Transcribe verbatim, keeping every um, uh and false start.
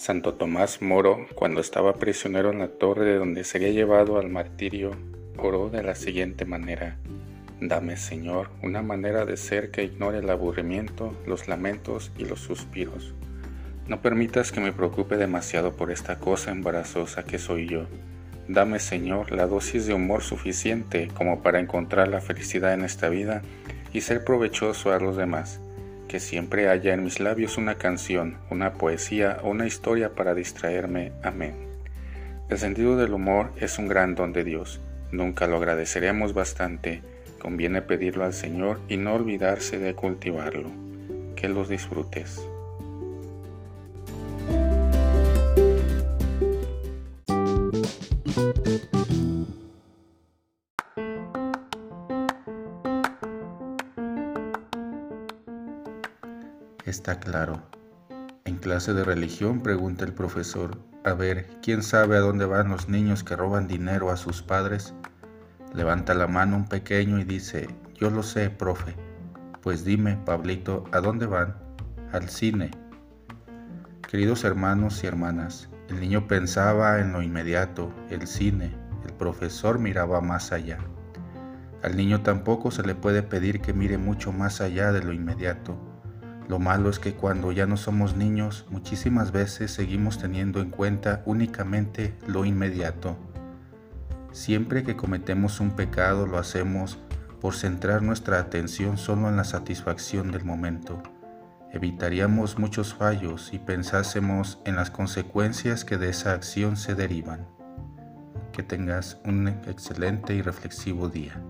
Santo Tomás Moro, cuando estaba prisionero en la torre de donde sería llevado al martirio, oró de la siguiente manera: Dame, Señor, una manera de ser que ignore el aburrimiento, los lamentos y los suspiros. No permitas que me preocupe demasiado por esta cosa embarazosa que soy yo. Dame, Señor, la dosis de humor suficiente como para encontrar la felicidad en esta vida y ser provechoso a los demás. Que siempre haya en mis labios una canción, una poesía o una historia para distraerme. Amén. El sentido del humor es un gran don de Dios. Nunca lo agradeceremos bastante. Conviene pedirlo al Señor y no olvidarse de cultivarlo. Que los disfrutes. Está claro. En clase de religión pregunta el profesor: a ver, ¿quién sabe a dónde van los niños que roban dinero a sus padres? Levanta la mano un pequeño y dice: yo lo sé, profe. Pues dime, Pablito, ¿a dónde van? Al cine. Queridos hermanos y hermanas, el niño pensaba en lo inmediato, el cine. El profesor miraba más allá. Al niño tampoco se le puede pedir que mire mucho más allá de lo inmediato. Lo malo es que cuando ya no somos niños, muchísimas veces seguimos teniendo en cuenta únicamente lo inmediato. Siempre que cometemos un pecado lo hacemos por centrar nuestra atención solo en la satisfacción del momento. Evitaríamos muchos fallos y pensásemos en las consecuencias que de esa acción se derivan. Que tengas un excelente y reflexivo día.